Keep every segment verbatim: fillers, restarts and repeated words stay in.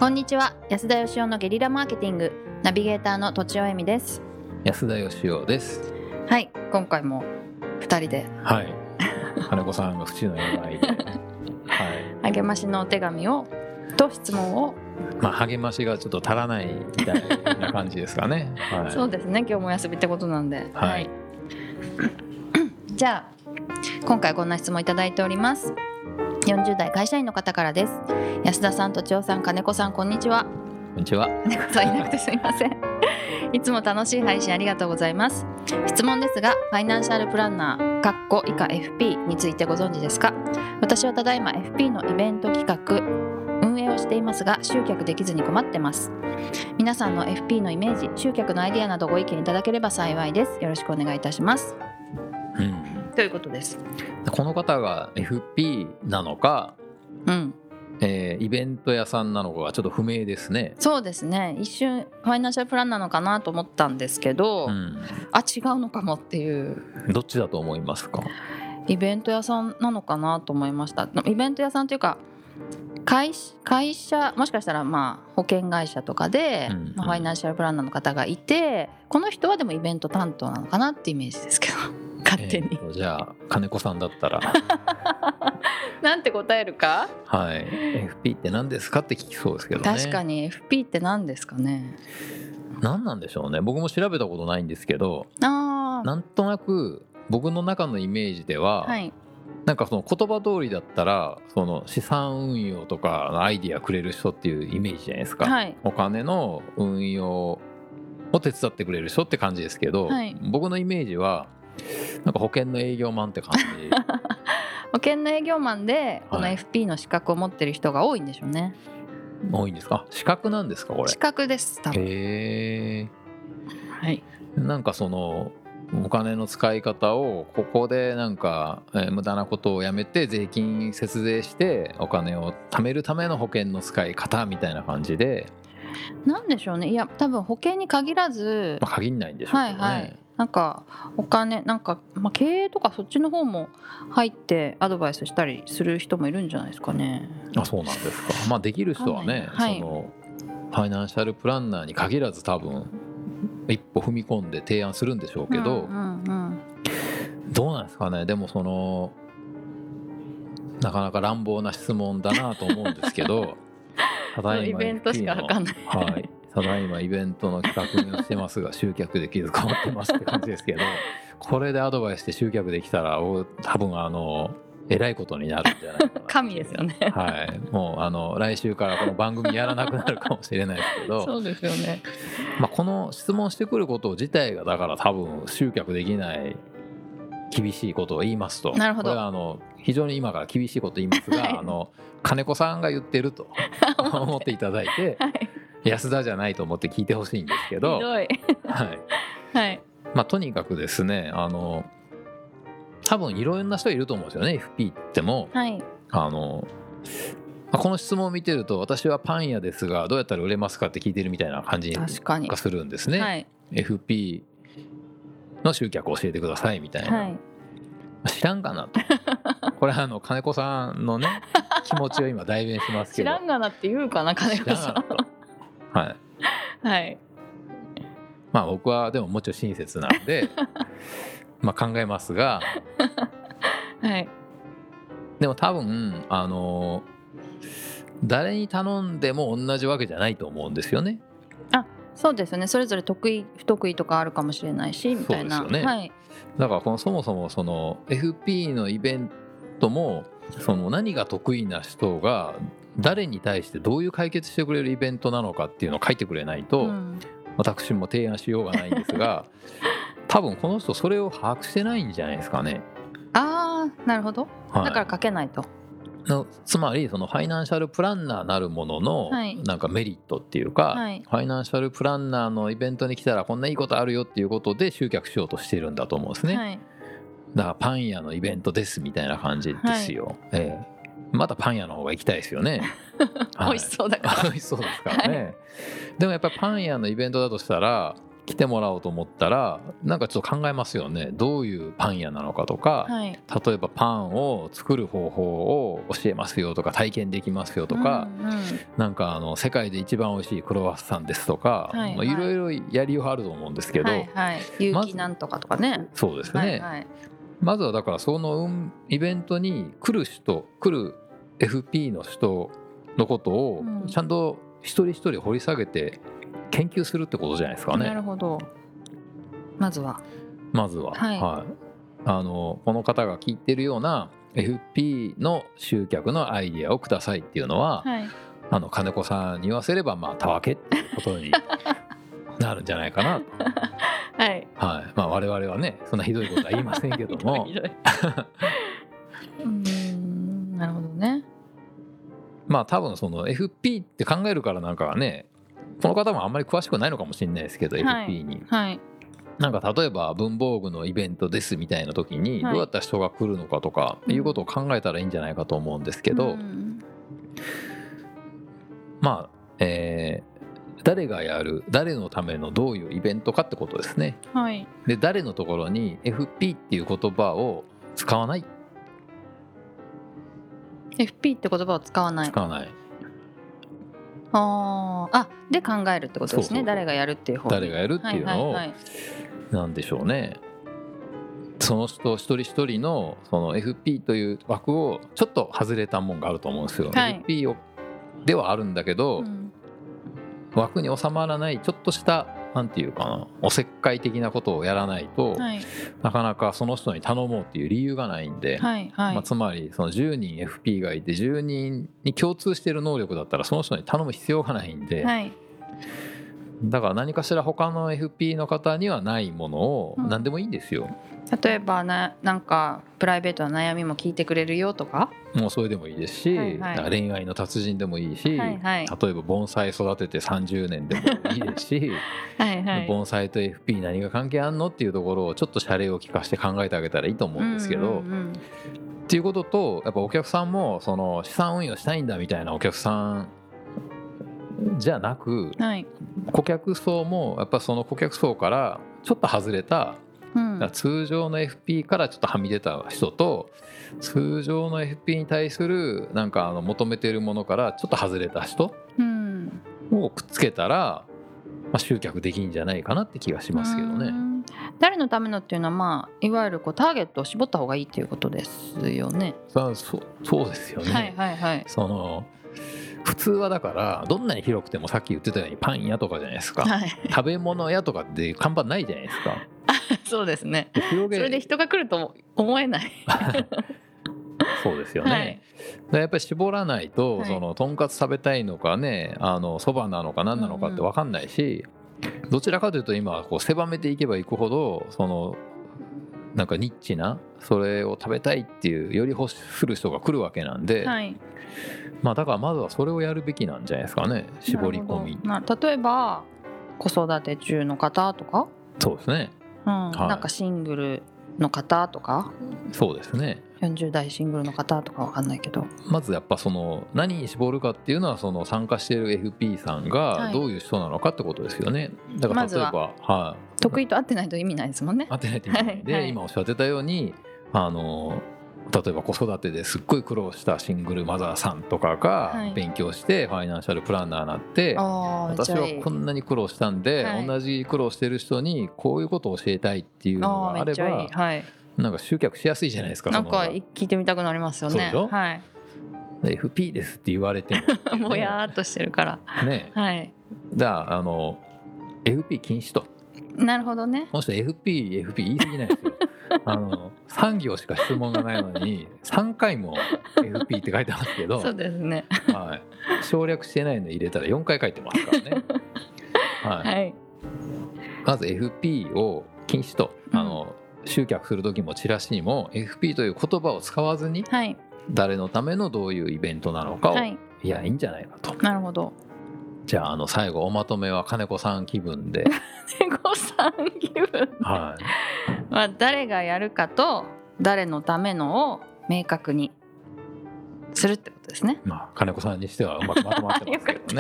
こんにちは。安田義雄のゲリラマーケティングナビゲーターのとちおえみです。 安田義雄です。 はい、今回もふたりで、 はい、金子さんが不治の病で、はい、 励ましのお手紙をと質問を、 まあ、励ましがちょっと足らないみたいな感じですかね、はい、 そうですね、今日もお休みってことなんで、 はい、 じゃあ今回こんな質問いただいております。よんじゅう代会社員の方からです。安田さん、とちおさん、金子さん、こんにちは。 こんにちは。 金子さんいなくてすいませんいつも楽しい配信ありがとうございます。質問ですが、ファイナンシャルプランナー（括弧以下 エフピー）についてご存知ですか？私はただいま エフピー のイベント企画運営をしていますが、集客できずに困ってます。皆さんの エフピー のイメージ、集客のアイデアなどご意見いただければ幸いです。よろしくお願いいたします、うん、ということです。 この方が エフピー なのか、うんえー、イベント屋さんなのかがちょっと不明ですね。 そうですね、一瞬ファイナンシャルプランなのかなと思ったんですけど、うん、あ違うのかもっていう。 どっちだと思いますか？ イベント屋さんなのかなと思いました。イベント屋さんというか会, 会社もしかしたらまあ保険会社とかで、うんうんまあ、ファイナンシャルプランナーの方がいて、この人はでもイベント担当なのかなってイメージですけど勝手に、えー、じゃあ金子さんだったらなんて答えるか。 はい、エフピー って何ですかって聞きそうですけどね。 確かに エフピー って何ですかね。 何なんでしょうね。僕も調べたことないんですけど、 あなんとなく僕の中のイメージでは、はい、なんかその言葉通りだったらその資産運用とかのアイディアくれる人っていうイメージじゃないですか、はい、お金の運用を手伝ってくれる人って感じですけど、はい、僕のイメージはなんか保険の営業マンって感じ保険の営業マンでこの エフピー の資格を持ってる人が多いんでしょうね、 はい、多いんですか？資格なんですかこれ？ 資格です多分。 へー、 はい、 なんかそのお金の使い方をここでなんか、えー、無駄なことをやめて税金節税してお金を貯めるための保険の使い方みたいな感じで。 なんでしょうね。いや多分保険に限らず、 まあ、限んないんでしょうけどね、はいはい、 なんかお金なんか、まあ、経営とかそっちの方も入ってアドバイスしたりする人もいるんじゃないですかね。 あ、そうなんですか。まあできる人はね、はい、そのファイナンシャルプランナーに限らず多分一歩踏み込んで提案するんでしょうけど、うんうんうん、どうなんですかね。でもそのなかなか乱暴な質問だなと思うんですけどただいまイベントしか分かんない、はい、ただいまイベントの企画をしてますが集客できず困ってますって感じですけどこれでアドバイスして集客できたら多分あのえらいことになるんじゃないかな。 神ですよね、 はい、もうあの来週からこの番組やらなくなるかもしれないですけどそうですよね、 まあ、この質問してくること自体がだから多分集客できない厳しいことを言いますと。 なるほど。 これはあの非常に今から厳しいことを言いますが、はい、あの金子さんが言ってると思っていただいて、はい、安田じゃないと思って聞いてほしいんですけど、 ひどい、 はいはいまあ、とにかくですね、あの多分いろんな人いると思うんですよね エフピー っても、はい、あのこの質問を見てると私はパン屋ですがどうやったら売れますかって聞いてるみたいな感じがするんですね、はい、エフピー の集客を教えてくださいみたいな、はい、知らんかなとこれはあの金子さんのね気持ちを今代弁しますけど知らんがなって言うかな金子さんはい、はい、まあ僕はでももちろん親切なんでまあ考えますが、はい、でも多分あの誰に頼んでも同じわけじゃないと思うんですよね。 あ、そうですよね。それぞれ得意不得意とかあるかもしれないしみたいな。 そうですよね、はい、だからこのそもそもその エフピー のイベントもその何が得意な人が誰に対してどういう解決してくれるイベントなのかっていうのを書いてくれないと、うん、私も提案しようがないんですが多分この人それを把握してないんじゃないですかね。 ああ、なるほど、はい、だから書けないと。 のつまりそのファイナンシャルプランナーなるもののなんかメリットっていうか、はい、ファイナンシャルプランナーのイベントに来たらこんないいことあるよっていうことで集客しようとしてるんだと思うんですね、はい、だからパン屋のイベントですみたいな感じですよ、はい、えー、またパン屋の方が行きたいですよね美味しそうだから美味しそうですからね、はい、でもやっぱりパン屋のイベントだとしたら来てもらおうと思ったらなんかちょっと考えますよね。どういうパン屋なのかとか、 はい、 例えばパンを作る方法を教えますよとか体験できますよとか、 うんうん、 なんかあの世界で一番美味しいクロワッサンですとか、 はいはい、 いろいろやりようあると思うんですけど、 はいはい、有機なんとかとかね、 ま、そうですね、 はいはい、 まずはだからそのイベントに来る人来る エフピー の人のことをちゃんと一人一人掘り下げて研究するってことじゃないですかね。 なるほど。まずはまずは、 はいはい、あのこの方が聞いてるような エフピー の集客のアイディアをくださいっていうのは、はい、あの金子さんに言わせればまあたわけっていうことになるんじゃないかなとはいはい、まあ、我々はねそんなひどいことは言いませんけどもひどいひどいうんなるほどね。 まあ多分その エフピー って考えるからなんかねこの方もあんまり詳しくないのかもしれないですけど、はい、エフピー に、はい、なんか例えば文房具のイベントですみたいな時にどうやったら人が来るのかとかいうことを考えたらいいんじゃないかと思うんですけど、うん、まあえー、誰がやる誰のためのどういうイベントかってことですね、はい、で誰のところに エフピー っていう言葉を使わないエフピー って言葉を使わない使わないああで考えるってことですね。そうそうそう誰がやるっていう方誰がやるっていうのを、はいはいはい、なんでしょうねその人一人一人のその エフピー という枠をちょっと外れたもんがあると思うんですよ、はい、エフピー をではあるんだけど、うん、枠に収まらないちょっとしたなんていうかなおせっかい的なことをやらないと、はい、なかなかその人に頼もうっていう理由がないんで、はいはいまあ、つまりそのじゅうにん エフピー がいてじゅうにんに共通している能力だったらその人に頼む必要がないんで、はい、だから何かしら他の エフピー の方にはないものを何でもいいんですよ、 うん、例えばな、なんかプライベートな悩みも聞いてくれるよとかもうそれでもいいですし、はいはい、恋愛の達人でもいいし、はいはい、例えば盆栽育ててさんじゅうねんでもいいですしはい、はい、盆栽と エフピー 何が関係あんのっていうところをちょっと謝礼を聞かせて考えてあげたらいいと思うんですけど、うんうんうん、っていうこととやっぱお客さんもその資産運用したいんだみたいなお客さんじゃなく、はい、顧客層もやっぱその顧客層からちょっと外れた、うん、通常の エフピー からちょっとはみ出た人と通常の エフピー に対するなんかあの求めているものからちょっと外れた人をくっつけたら、まあ、集客できるんじゃないかなって気がしますけどね。 誰のためのっていうのは、まあ、いわゆるこうターゲットを絞った方がいいっていうことですよね。 そ, そ, そうですよね、 はいはいはい、 その普通はだからどんなに広くてもさっき言ってたようにパン屋とかじゃないですか、はい、食べ物屋とかって看板ないじゃないですかそうですね。それで人が来ると思えないそうですよね、はい、やっぱり絞らないと、はい、そのとんかつ食べたいのかねあのそばなのか何なのかって分かんないし、うんうん、どちらかというと今こう狭めていけばいくほどそのなんかニッチなそれを食べたいっていうより欲する人が来るわけなんで、はいまあ、だからまずはそれをやるべきなんじゃないですかね。絞り込み、 まあ、例えば子育て中の方とかそうですね、 うんはい、なんかシングルの方とかそうですねよんじゅう代シングルの方とかわかんないけどまずやっぱその何に絞るかっていうのはその参加している エフピー さんがどういう人なのかってことですよね、はい、だから例えば、まははい、得意と合ってないと意味ないですもんね。 合ってないと意味ないで、はい、今おっしゃってたようにあの例えば子育てですっごい苦労したシングルマザーさんとかが勉強してファイナンシャルプランナーになって、はい、私はこんなに苦労したんで、はい、同じ苦労してる人にこういうことを教えたいっていうのがあればいい、はい、なんか集客しやすいじゃないですか。 なんか聞いてみたくなりますよね。そうでしょ、はい、 エフピー ですって言われても、 ね、もやーっとしてるからね、はい、だからあの エフピー 禁止と。 なるほどね。 この人 エフピー、エフピー 言い過ぎないですよあのさん行しか質問がないのにさんかいも エフピー って書いてますけどそうですね、 はい、省略してないの入れたらよんかい書いてますからね、はいはい、まず エフピー を禁止と、あの集客する時もチラシにも エフピー という言葉を使わずに、はい、誰のためのどういうイベントなのかを、はい、いやいいんじゃないかと。 なるほど。 じゃあ、あの最後おまとめは金子さん気分で金子さん気分で、はいまあ、誰がやるかと誰のためのを明確にするってことですね。 まあ、金子さんにしてはうまくまとまってますけどね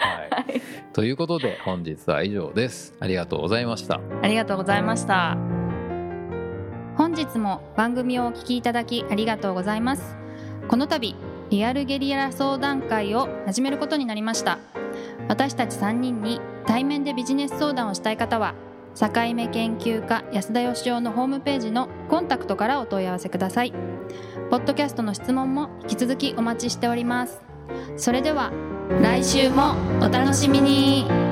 はい、ということで本日は以上です。ありがとうございました。 ありがとうございました。本日も番組をお聞きいただきありがとうございます。この度リアルゲリラ相談会を始めることになりました。私たちさんにんに対面でビジネス相談をしたい方は境目研究家安田義雄のホームページのコンタクトからお問い合わせください。ポッドキャストの質問も引き続きお待ちしております。それでは来週もお楽しみに。